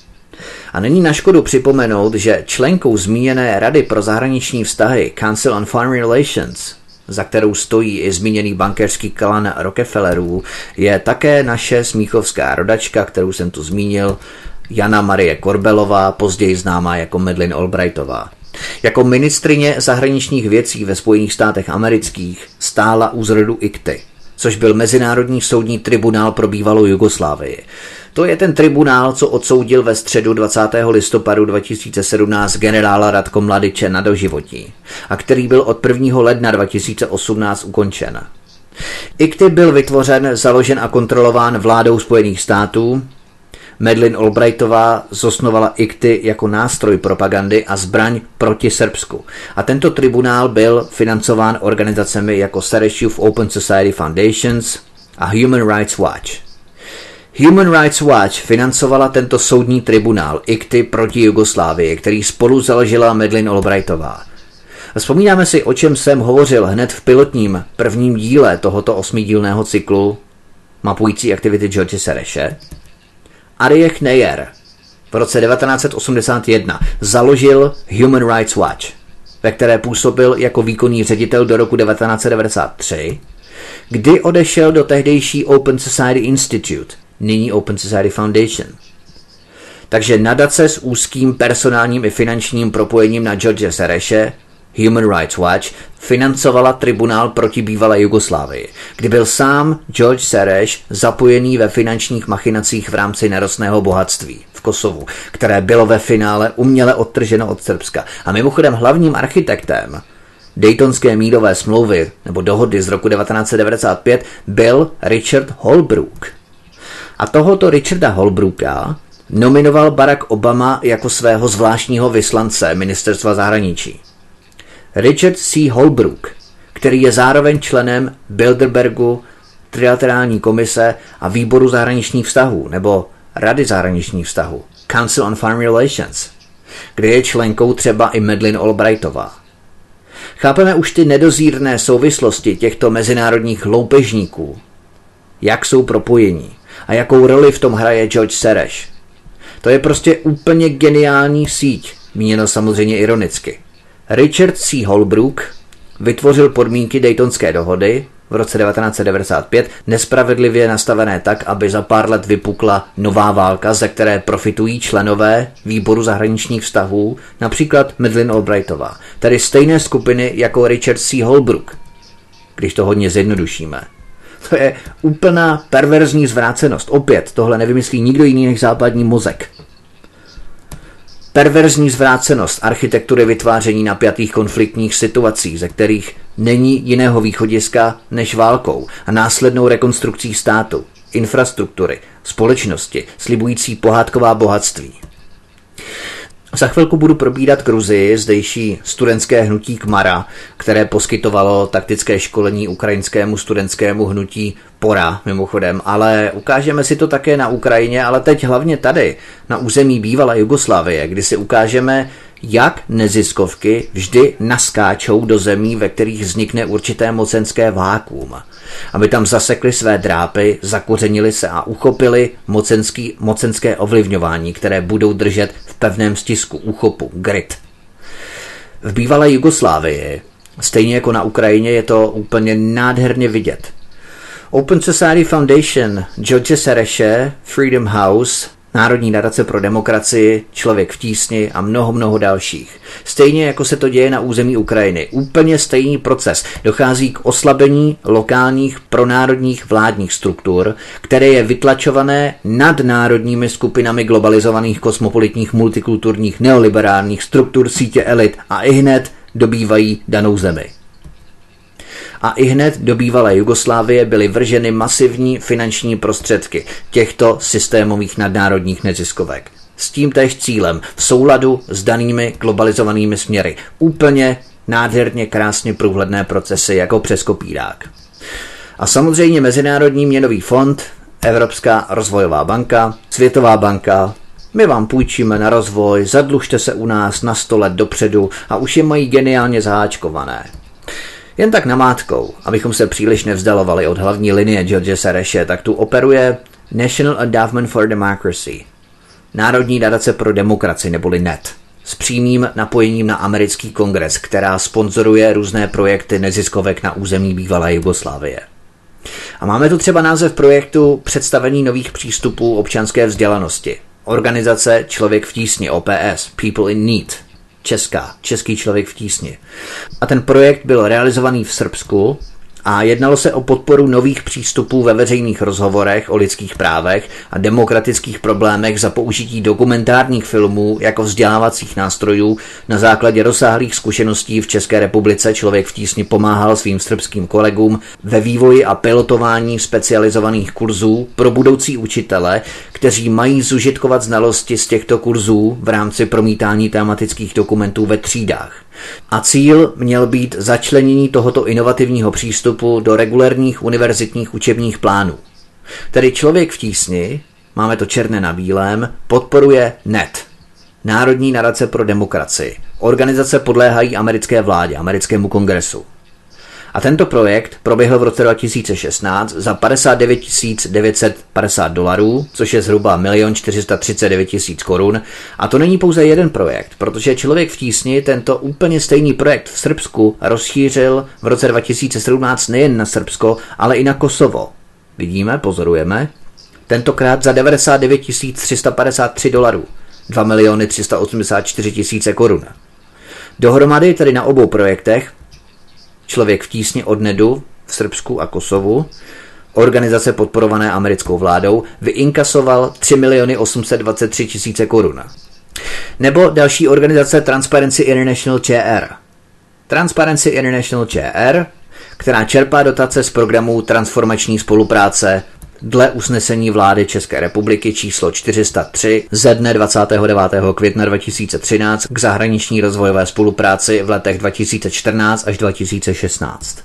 Speaker 1: A není na škodu připomenout, že členkou zmíněné Rady pro zahraniční vztahy Council on Foreign Relations, za kterou stojí i zmíněný bankéřský klan Rockefellerů, je také naše smíchovská rodačka, kterou jsem tu zmínil, Jana Marie Korbelová, později známá jako Madeleine Albrightová. Jako ministryně zahraničních věcí ve Spojených státech amerických stála u zrodu ICTY, což byl Mezinárodní soudní tribunál pro bývalou Jugoslávii. To je ten tribunál, co odsoudil ve středu 20. listopadu 2017 generála Ratko Mladiče na doživotí a který byl od 1. ledna 2018 ukončen. ICTY byl vytvořen, založen a kontrolován vládou Spojených států. Madeleine Albrightová zosnovala ICTY jako nástroj propagandy a zbraň proti Srbsku. A tento tribunál byl financován organizacemi jako Soros Youth Open Society Foundations a Human Rights Watch. Human Rights Watch financovala tento soudní tribunál ICTY proti Jugoslávii, který spolu založila Madeleine Albrightová. Vzpomínáme si, o čem jsem hovořil hned v pilotním prvním díle tohoto 8dílného cyklu mapující aktivity George Sorose. Arieh Neyer v roce 1981 založil Human Rights Watch, ve které působil jako výkonný ředitel do roku 1993, kdy odešel do tehdejší Open Society Institute, nyní Open Society Foundation. Takže nadace s úzkým personálním i finančním propojením na George Sorose, Human Rights Watch, financovala tribunál proti bývalé Jugoslávii, kdy byl sám George Soros zapojený ve finančních machinacích v rámci nerostného bohatství v Kosovu, které bylo ve finále uměle odtrženo od Srbska. A mimochodem hlavním architektem Daytonské mírové smlouvy nebo dohody z roku 1995 byl Richard Holbrooke. A tohoto Richarda Holbrooka nominoval Barack Obama jako svého zvláštního vyslance ministerstva zahraničí. Richard C. Holbrooke, který je zároveň členem Bilderbergu, trilaterální komise a výboru zahraničních vztahů nebo Rady zahraničních vztahů, Council on Foreign Relations, kde je členkou třeba i Madeleine Albrightová. Chápeme už ty nedozírné souvislosti těchto mezinárodních loupežníků, jak jsou propojení a jakou roli v tom hraje George Soros. To je prostě úplně geniální síť, míněno samozřejmě ironicky. Richard C. Holbrooke vytvořil podmínky Daytonské dohody v roce 1995 nespravedlivě nastavené tak, aby za pár let vypukla nová válka, ze které profitují členové výboru zahraničních vztahů, například Madeleine Albrightová, tedy stejné skupiny jako Richard C. Holbrooke, když to hodně zjednodušíme. To je úplná perverzní zvrácenost. Opět, tohle nevymyslí nikdo jiný než západní mozek. Perverzní zvrácenost architektury vytváření napjatých konfliktních situací, ze kterých není jiného východiska než válkou a následnou rekonstrukcí státu, infrastruktury, společnosti, slibující pohádková bohatství. Za chvilku budu probírat Gruzii, zdejší studentské hnutí Kmara, které poskytovalo taktické školení ukrajinskému studentskému hnutí Pora, mimochodem, ale ukážeme si to také na Ukrajině, ale teď hlavně tady, na území bývalé Jugoslávie, kdy si ukážeme, jak neziskovky vždy naskáčou do zemí, ve kterých vznikne určité mocenské vákuum, aby tam zasekli své drápy, zakořenili se a uchopili mocenské ovlivňování, které budou držet v pevném stisku, úchopu, grit. V bývalé Jugoslávii, stejně jako na Ukrajině, je to úplně nádherně vidět. Open Society Foundation, George Sorose, Freedom House, Národní nadace pro demokracii, Člověk v tísni a mnoho dalších. Stejně jako se to děje na území Ukrajiny. Úplně stejný proces. Dochází k oslabení lokálních pronárodních vládních struktur, které je vytlačované nadnárodními skupinami globalizovaných kosmopolitních multikulturních neoliberálních struktur sítě elit a ihned dobývají danou zemi. A ihned do bývalé Jugoslávie byly vrženy masivní finanční prostředky těchto systémových nadnárodních neziskovek. S tím též cílem, v souladu s danými globalizovanými směry. Úplně nádherně krásně průhledné procesy jako přes kopírák. A samozřejmě Mezinárodní měnový fond, Evropská rozvojová banka, Světová banka, my vám půjčíme na rozvoj, zadlužte se u nás na 100 let dopředu a už je mají geniálně zaháčkované. Jen tak namátkou, abychom se příliš nevzdalovali od hlavní linie George Soreše, tak tu operuje National Endowment for Democracy, Národní nadace pro demokracii neboli NED, s přímým napojením na americký kongres, která sponzoruje různé projekty neziskovek na území bývalé Jugoslávie. A máme tu třeba název projektu Představení nových přístupů občanské vzdělanosti. Organizace Člověk v tísni, OPS, People in Need. Český člověk v tísni. A ten projekt byl realizovaný v Srbsku a jednalo se o podporu nových přístupů ve veřejných rozhovorech o lidských právech a demokratických problémech za použití dokumentárních filmů jako vzdělávacích nástrojů. Na základě rozsáhlých zkušeností v České republice Člověk v tísni pomáhal svým srbským kolegům ve vývoji a pilotování specializovaných kurzů pro budoucí učitele, kteří mají zužitkovat znalosti z těchto kurzů v rámci promítání tematických dokumentů ve třídách. A cíl měl být začlenění tohoto inovativního přístupu do regulérních univerzitních učebních plánů. Tedy Člověk v tísni, máme to černé na bílém, podporuje NED, Národní nadace pro demokracii. Organizace podléhají americké vládě, americkému kongresu. A tento projekt proběhl v roce 2016 za $59 950, což je zhruba 1 439 000 korun. A to není pouze jeden projekt, protože Člověk v tísni tento úplně stejný projekt v Srbsku rozšířil v roce 2017 nejen na Srbsko, ale i na Kosovo. Vidíme, pozorujeme. Tentokrát za $99 353, $2 384 000 korun. Dohromady tedy na obou projektech Člověk v tísni od NEDu v Srbsku a Kosovu, organizace podporované americkou vládou, vyinkasoval 3 823 000 korun. Nebo další organizace Transparency International ČR. Transparency International ČR, která čerpá dotace z programu transformační spolupráce dle usnesení vlády České republiky číslo 403 ze dne 29. května 2013 k zahraniční rozvojové spolupráci v letech 2014 až 2016.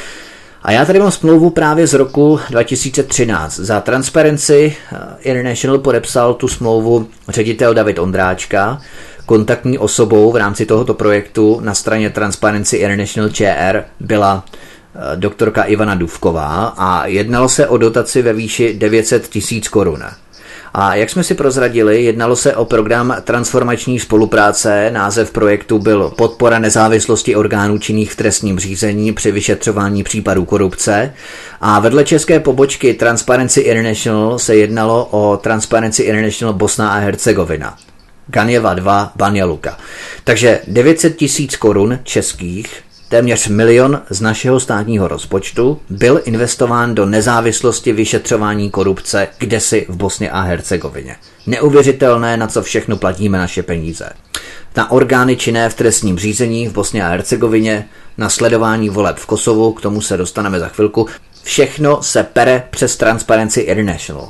Speaker 1: A já tady mám smlouvu právě z roku 2013. Za Transparency International podepsal tu smlouvu ředitel David Ondráčka. Kontaktní osobou v rámci tohoto projektu na straně Transparency International ČR byla doktorka Ivana Dufková a jednalo se o dotaci ve výši 900 000 korun. A jak jsme si prozradili, jednalo se o program transformační spolupráce, název projektu byl Podpora nezávislosti orgánů činných v trestním řízení při vyšetřování případů korupce a vedle české pobočky Transparency International se jednalo o Transparency International Bosna a Hercegovina. Ganjeva 2, Banja Luka. Takže 900 000 korun českých, téměř 1 000 000 z našeho státního rozpočtu byl investován do nezávislosti vyšetřování korupce kdesi v Bosně a Hercegovině. Neuvěřitelné, na co všechno platíme naše peníze. Na orgány činné v trestním řízení v Bosně a Hercegovině, na sledování voleb v Kosovu, k tomu se dostaneme za chvilku, všechno se pere přes Transparency International.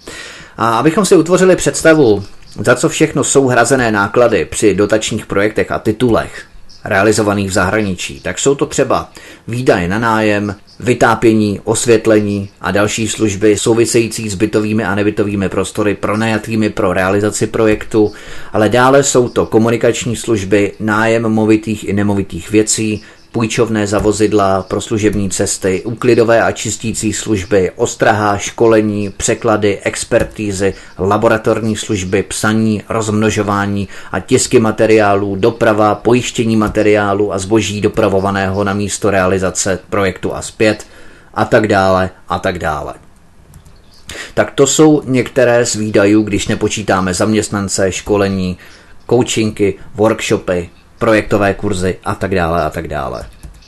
Speaker 1: A abychom si utvořili představu, za co všechno jsou hrazené náklady při dotačních projektech a titulech realizovaných v zahraničí, tak jsou to třeba výdaje na nájem, vytápění, osvětlení a další služby související s bytovými a nebytovými prostory pronajatými pro realizaci projektu, ale dále jsou to komunikační služby, nájem movitých i nemovitých věcí, půjčovné za vozidla pro služební cesty, úklidové a čistící služby, ostraha, školení, překlady, expertízy, laboratorní služby, psaní, rozmnožování a tisky materiálů, doprava, pojištění materiálu a zboží dopravovaného na místo realizace projektu a zpět a tak dále a tak dále. Tak to jsou některé z výdajů, když nepočítáme zaměstnance, školení, coachingy, workshopy, projektové kurzy a tak dále a tak dále.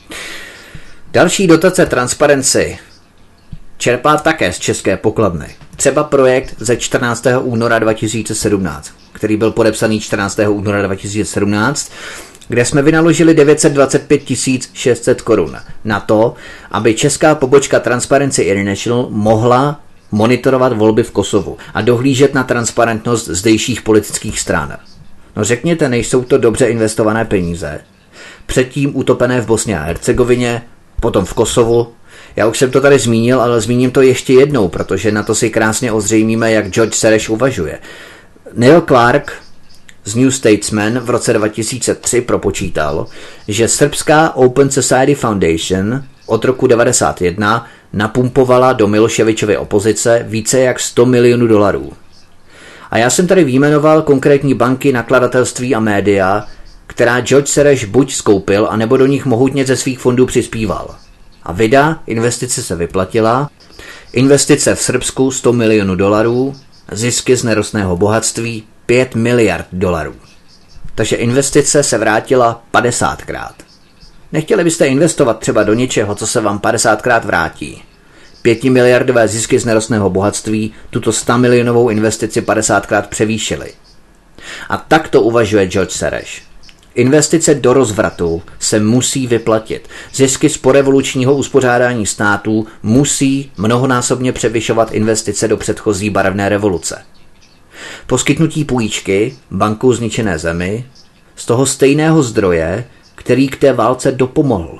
Speaker 1: Další dotace Transparency čerpá také z české pokladny. Třeba projekt ze 14. února 2017, který byl podepsaný 14. února 2017, kde jsme vynaložili 925 600 korun na to, aby česká pobočka Transparency International mohla monitorovat volby v Kosovu a dohlížet na transparentnost zdejších politických stran. No řekněte, nejsou to dobře investované peníze? Předtím utopené v Bosně a Hercegovině, potom v Kosovu. Já už jsem to tady zmínil, ale zmíním to ještě jednou, protože na to si krásně ozřejmíme, jak George Soros uvažuje. Neil Clark z New Statesman v roce 2003 propočítal, že srbská Open Society Foundation od roku 1991 napumpovala do Miloševičovy opozice více jak 100 milionů dolarů. A já jsem tady vyjmenoval konkrétní banky, nakladatelství a média, která George Soros buď skoupil, anebo do nich mohutně ze svých fondů přispíval. A vida, investice se vyplatila, investice v Srbsku 100 milionů dolarů, zisky z nerostného bohatství 5 miliard dolarů. Takže investice se vrátila 50krát. Nechtěli byste investovat třeba do něčeho, co se vám 50krát vrátí? 5 miliardové zisky z nerostného bohatství tuto 100 milionovou investici 50krát převýšily. A tak to uvažuje George Soros. Investice do rozvratu se musí vyplatit. Zisky z porevolučního uspořádání států musí mnohonásobně převyšovat investice do předchozí barevné revoluce. Poskytnutí půjčky bankou zničené zemi z toho stejného zdroje, který k té válce dopomohl.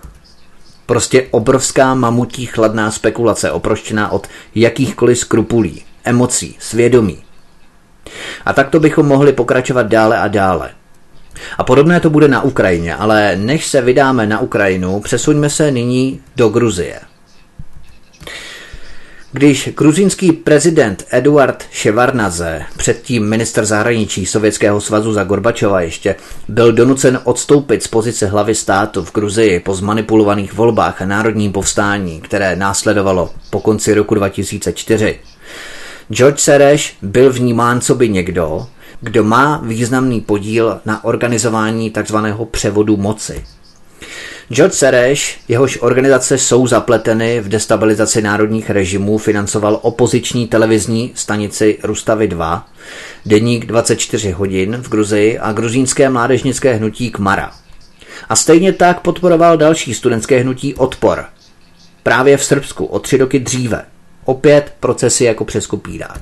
Speaker 1: Prostě obrovská mamutí chladná spekulace oproštěná od jakýchkoliv skrupulí, emocí, svědomí. A takto bychom mohli pokračovat dále a dále. A podobné to bude na Ukrajině, ale než se vydáme na Ukrajinu, přesuňme se nyní do Gruzie. Když gruzínský prezident Eduard Ševarnadze, předtím ministr zahraničí Sovětského svazu za Gorbačova ještě, byl donucen odstoupit z pozice hlavy státu v Gruzii po zmanipulovaných volbách a národním povstání, které následovalo po konci roku 2004, George Soros byl vnímán coby někdo, kdo má významný podíl na organizování takzvaného převodu moci. George Soros, jehož organizace jsou zapleteny v destabilizaci národních režimů, financoval opoziční televizní stanici Rustavy 2, deník 24 hodin v Gruzii a gruzínské mládežnické hnutí Kmara. A stejně tak podporoval další studentské hnutí Odpor, právě v Srbsku o 3 roky dříve. Opět procesy jako přes kopírák.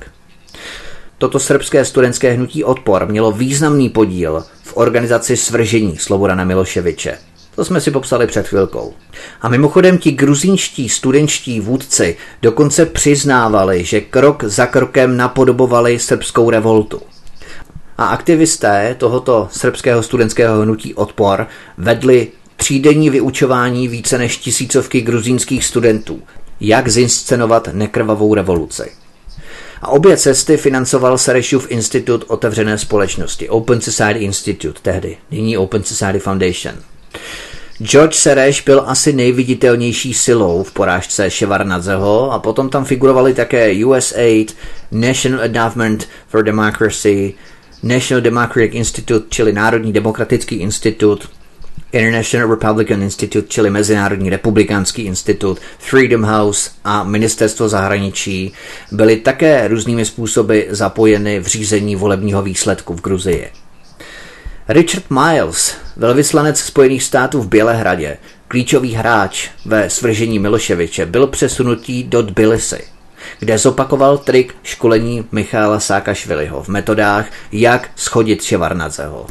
Speaker 1: Toto srbské studentské hnutí Odpor mělo významný podíl v organizaci svržení Slobodana Miloševiče. To jsme si popsali před chvilkou. A mimochodem ti gruzínští studentští vůdci dokonce přiznávali, že krok za krokem napodobovali srbskou revoltu. A aktivisté tohoto srbského studentského hnutí Odpor vedli třídenní vyučování více než 1000 gruzínských studentů, jak zinscenovat nekrvavou revoluci. A obě cesty financoval Sorosův institut otevřené společnosti, Open Society Institute tehdy, nyní Open Society Foundation. George Soros byl asi nejviditelnější silou v porážce Ševarnadzeho a potom tam figurovali také USAID, National Endowment for Democracy, National Democratic Institute, čili Národní demokratický institut, International Republican Institute, čili Mezinárodní republikánský institut, Freedom House a Ministerstvo zahraničí byly také různými způsoby zapojeny v řízení volebního výsledku v Gruzii. Richard Miles, velvyslanec Spojených států v Bělehradě, klíčový hráč ve svržení Miloševiče, byl přesunutý do Tbilisi, kde zopakoval trik školení Michaila Saakašviliho v metodách, jak shodit Ševarnadzeho.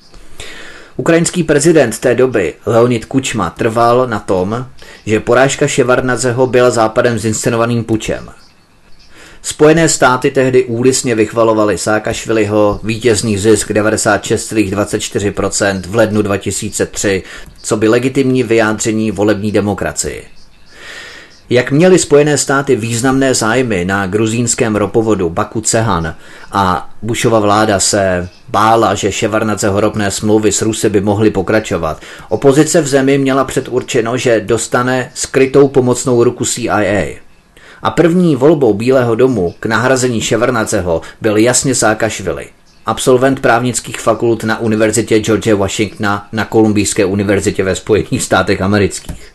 Speaker 1: Ukrajinský prezident té doby Leonid Kučma trval na tom, že porážka Ševarnadzeho byla západem zinscenovaným pučem. Spojené státy tehdy úlisně vychvalovaly Saakašviliho vítězný zisk 96,24% v lednu 2003, co by legitimní vyjádření volební demokracii. Jak měly Spojené státy významné zájmy na gruzínském ropovodu Baku-Cehan a Bushova vláda se bála, že Ševarnadzeho ropné smlouvy s Rusy by mohly pokračovat, opozice v zemi měla předurčeno, že dostane skrytou pomocnou ruku CIA. A první volbou Bílého domu k nahrazení Ševardnadzeho byl jasně Saakašvili, absolvent právnických fakult na univerzitě George Washingtona na Kolumbijské univerzitě ve Spojených státech amerických.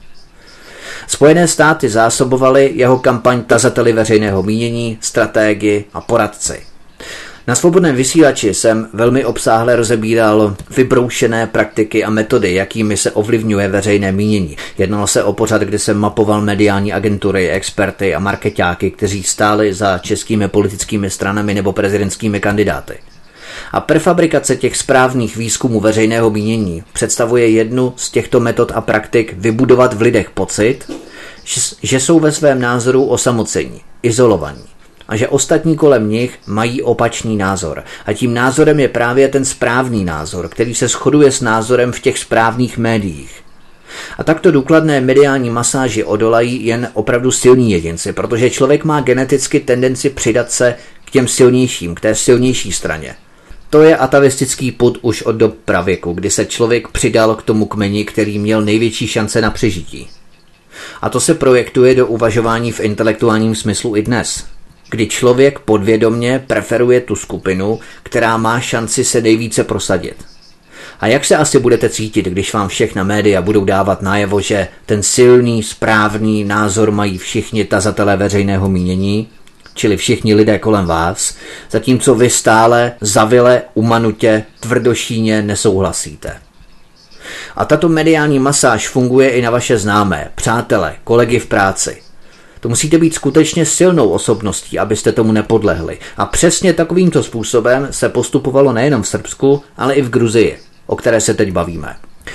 Speaker 1: Spojené státy zásobovaly jeho kampaň tazateli veřejného mínění, stratégy a poradci. Na Svobodném vysílači jsem velmi obsáhle rozebíral vybroušené praktiky a metody, jakými se ovlivňuje veřejné mínění. Jednalo se o pořad, kde jsem mapoval mediální agentury, experty a markeťáky, kteří stáli za českými politickými stranami nebo prezidentskými kandidáty. A prefabrikace těch správných výzkumů veřejného mínění představuje jednu z těchto metod a praktik vybudovat v lidech pocit, že jsou ve svém názoru osamocení, izolovaní a že ostatní kolem nich mají opačný názor. A tím názorem je právě ten správný názor, který se shoduje s názorem v těch správných médiích. A takto důkladné mediální masáži odolají jen opravdu silní jedinci, protože člověk má geneticky tendenci přidat se k těm silnějším, k té silnější straně. To je atavistický pud už od dob pravěku, kdy se člověk přidal k tomu kmeni, který měl největší šance na přežití. A to se projektuje do uvažování v intelektuálním smyslu i dnes, kdy člověk podvědomě preferuje tu skupinu, která má šanci se nejvíce prosadit. A jak se asi budete cítit, když vám všechna média budou dávat najevo, že ten silný, správný názor mají všichni tazatelé veřejného mínění, čili všichni lidé kolem vás, zatímco vy stále zavile, umanutě, tvrdošíně nesouhlasíte. A tato mediální masáž funguje i na vaše známé, přátele, kolegy v práci. To musíte být skutečně silnou osobností, abyste tomu nepodlehli. A přesně takovýmto způsobem se postupovalo nejenom v Srbsku, ale i v Gruzii, o které se teď bavíme.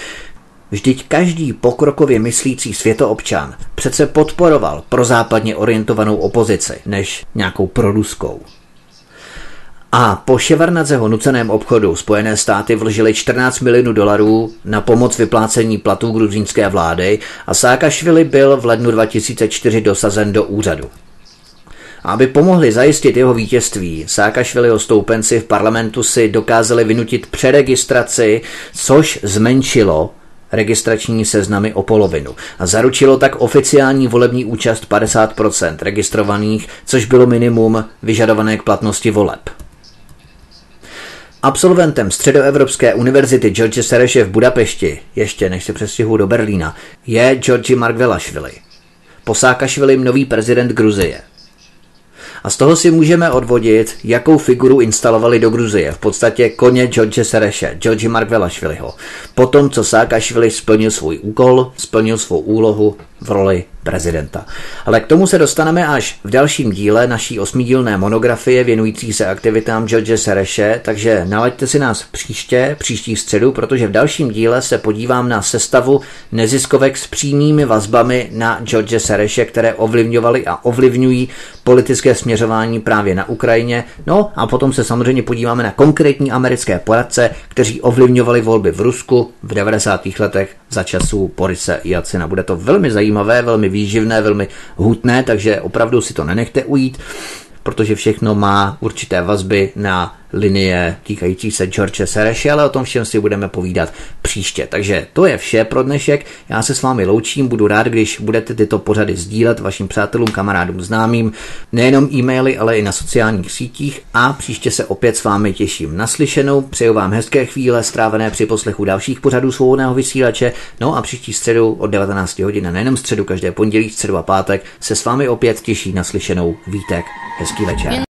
Speaker 1: Vždyť každý pokrokově myslící světoobčan přece podporoval prozápadně orientovanou opozici, než nějakou proruskou. A po Ševardnadzeho nuceném obchodu Spojené státy vložily 14 milionů dolarů na pomoc vyplácení platů gruzínské vlády a Saakašvili byl v lednu 2004 dosazen do úřadu. A aby pomohli zajistit jeho vítězství, Saakašviliho stoupenci v parlamentu si dokázali vynutit přeregistraci, což zmenšilo registrační seznamy o polovinu a zaručilo tak oficiální volební účast 50% registrovaných, což bylo minimum vyžadované k platnosti voleb. Absolventem Středoevropské univerzity George Sereše v Budapešti, ještě než se přestěhují do Berlína, je Georgi Margvelašvili. Po Saakašvilim nový prezident Gruzie. A z toho si můžeme odvodit, jakou figuru instalovali do Gruzie, v podstatě koně George Sereše, Georgi Margvelašviliho, po tom, co Saakašvili splnil svůj úkol, splnil svou úlohu v roli prezidenta. Ale k tomu se dostaneme až v dalším díle naší 8dílné monografie věnující se aktivitám George Sereše, takže nalaďte si nás příští středu, protože v dalším díle se podívám na sestavu neziskovek s přímými vazbami na George Sereše, které ovlivňovaly a ovlivňují politické směřování právě na Ukrajině. No a potom se samozřejmě podíváme na konkrétní americké poradce, kteří ovlivňovali volby v Rusku v 90. letech za časů Borise Jelcina. Bude to velmi zajímavé, velmi výživné, velmi hutné, takže opravdu si to nenechte ujít, protože všechno má určité vazby na linie týkající se George Sereše, ale o tom všem si budeme povídat příště. Takže to je vše pro dnešek. Já se s vámi loučím, budu rád, když budete tyto pořady sdílet vašim přátelům, kamarádům, známým, nejenom e-maily, ale i na sociálních sítích a příště se opět s vámi těším. Naslyšenou, přeju vám hezké chvíle strávené při poslechu dalších pořadů Svobodného vysílače. No a příští středu od 19 hodin, nejenom středu, každé pondělí, středu a pátek se s vámi opět těší naslyšenou Vítek. Hezký večer.